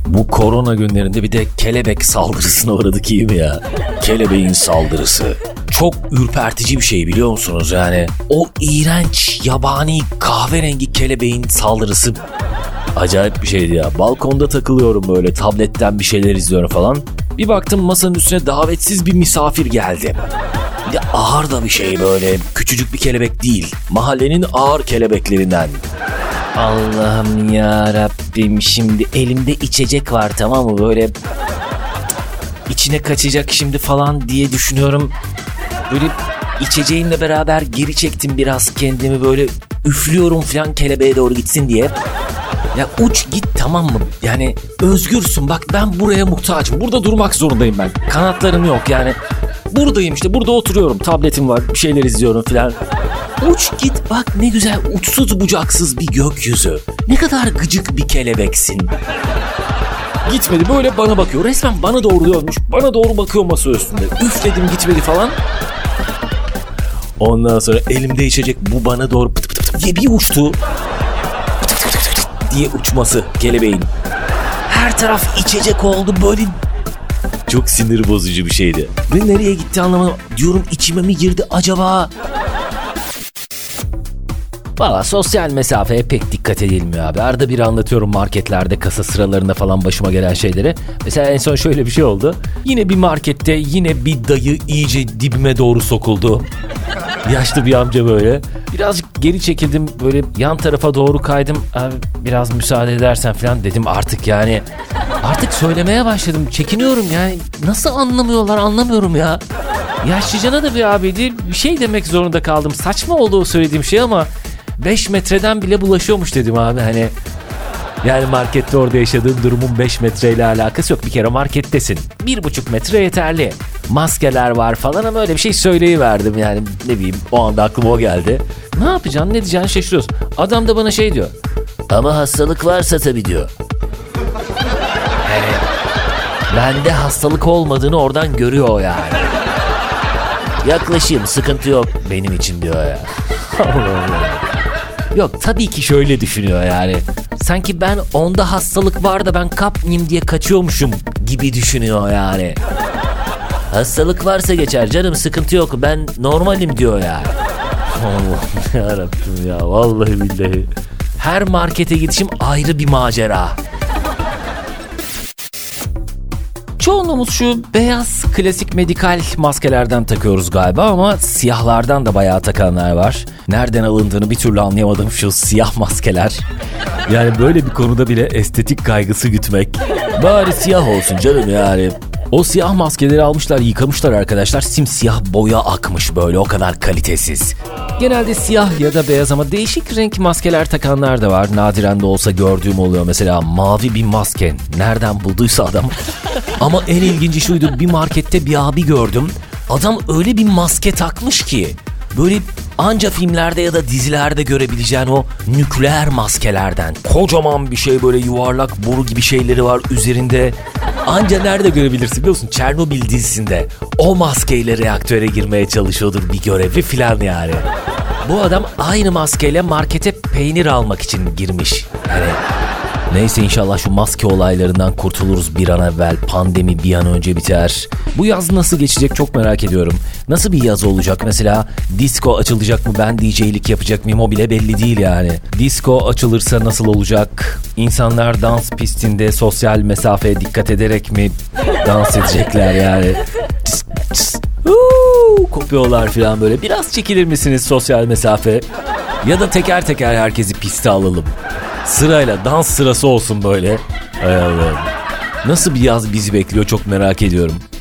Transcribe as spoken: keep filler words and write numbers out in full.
Bu korona günlerinde bir de kelebek saldırısına uğradık, iyi mi ya? Kelebeğin saldırısı. Çok ürpertici bir şey, biliyor musunuz? Yani o iğrenç yabani kahverengi kelebeğin saldırısı acayip bir şeydi ya. Balkonda takılıyorum böyle, tabletten bir şeyler izliyorum falan. Bir baktım masanın üstüne davetsiz bir misafir geldi. Bir de ağır da bir şey böyle. Küçücük bir kelebek değil. Mahallenin ağır kelebeklerinden. Allah'ım ya Rabbim, şimdi elimde içecek var, tamam mı? Böyle içine kaçacak şimdi falan diye düşünüyorum. Böyle içeceğimle beraber geri çektim biraz kendimi, böyle üflüyorum falan kelebeğe doğru gitsin diye. Ya uç git, tamam mı? Yani özgürsün, bak ben buraya muhtacım. Burada durmak zorundayım ben. Kanatlarım yok yani. Buradayım işte, burada oturuyorum. Tabletim var, bir şeyler izliyorum falan. Uç git, bak ne güzel uçsuz bucaksız bir gökyüzü. Ne kadar gıcık bir kelebeksin. Gitmedi, böyle bana bakıyor. Resmen bana doğru dönmüş. Bana doğru bakıyor masa üstünde. Üfledim, gitmedi falan. Ondan sonra elimde içecek, bu bana doğru pıt pıt pıt diye bir uçtu. Pıt pıt pıt pıt diye uçması kelebeğin. Her taraf içecek oldu böyle. Çok sinir bozucu bir şeydi. Ve nereye gitti anlamadım. Diyorum içime mi girdi acaba? Valla sosyal mesafeye pek dikkat edilmiyor abi. Arada bir anlatıyorum marketlerde kasa sıralarında falan başıma gelen şeyleri. Mesela en son şöyle bir şey oldu. Yine bir markette yine bir dayı iyice dibime doğru sokuldu. Yaşlı bir amca böyle. Birazcık geri çekildim, böyle yan tarafa doğru kaydım. Abi biraz müsaade edersen falan dedim artık yani. Artık söylemeye başladım. Çekiniyorum yani. Nasıl anlamıyorlar anlamıyorum ya. Yaşlıcana da bir abiydi. Bir şey demek zorunda kaldım. Saçma oldu o söylediğim şey ama beş metreden bile bulaşıyormuş dedim abi hani. Yani markette orada yaşadığın durumun beş metreyle alakası yok. Bir kere markettesin. bir buçuk metre yeterli. Maskeler var falan ama öyle bir şey söyleyiverdim yani, ne bileyim, o anda aklıma o geldi. Ne yapacaksın, ne diyeceksin şaşırıyorsun. Adam da bana şey diyor. Ama hastalık varsa tabii diyor. Yani bende hastalık olmadığını oradan görüyor yani. Yaklaşayım, sıkıntı yok benim için diyor ya. Yok tabii ki şöyle düşünüyor yani. Sanki ben onda hastalık var da ben kapmayayım diye kaçıyormuşum gibi düşünüyor yani. Hastalık varsa geçer canım, sıkıntı yok, ben normalim diyor ya. Allah'ım yarabbim ya, vallahi billahi. Her markete gidişim ayrı bir macera. Çoğunluğumuz şu beyaz klasik medikal maskelerden takıyoruz galiba ama siyahlardan da bayağı takanlar var. Nereden alındığını bir türlü anlayamadım şu siyah maskeler. Yani böyle bir konuda bile estetik kaygısı gütmek. Bari siyah olsun canım yani. O siyah maskeleri almışlar, yıkamışlar arkadaşlar. Simsiyah boya akmış böyle, o kadar kalitesiz. Genelde siyah ya da beyaz ama değişik renk maskeler takanlar da var. Nadiren de olsa gördüğüm oluyor. Mesela mavi bir maske. Nereden bulduysa adam. Ama en ilginci şuydu, bir markette bir abi gördüm. Adam öyle bir maske takmış ki böyle anca filmlerde ya da dizilerde görebileceğin o nükleer maskelerden. Kocaman bir şey, böyle yuvarlak boru gibi şeyleri var üzerinde. Anca nerede görebilirsin biliyor musun? Çernobil dizisinde. O maskeyle reaktöre girmeye çalışıyordur bir görevli filan yani. Bu adam aynı maskeyle markete peynir almak için girmiş. Yani neyse, inşallah şu maske olaylarından kurtuluruz bir an evvel. Pandemi bir an önce biter. Bu yaz nasıl geçecek çok merak ediyorum. Nasıl bir yaz olacak? Mesela disco açılacak mı? Ben D J'lik yapacak mıyım? O bile belli değil yani. Disco açılırsa nasıl olacak? İnsanlar dans pistinde sosyal mesafeye dikkat ederek mi dans edecekler yani? Tıs, tıs. Uuu, kopuyorlar falan böyle. Biraz çekilir misiniz sosyal mesafe? Ya da teker teker herkesi piste alalım. Sırayla dans sırası olsun böyle. Hay Allah'ım. Nasıl bir yaz bizi bekliyor çok merak ediyorum.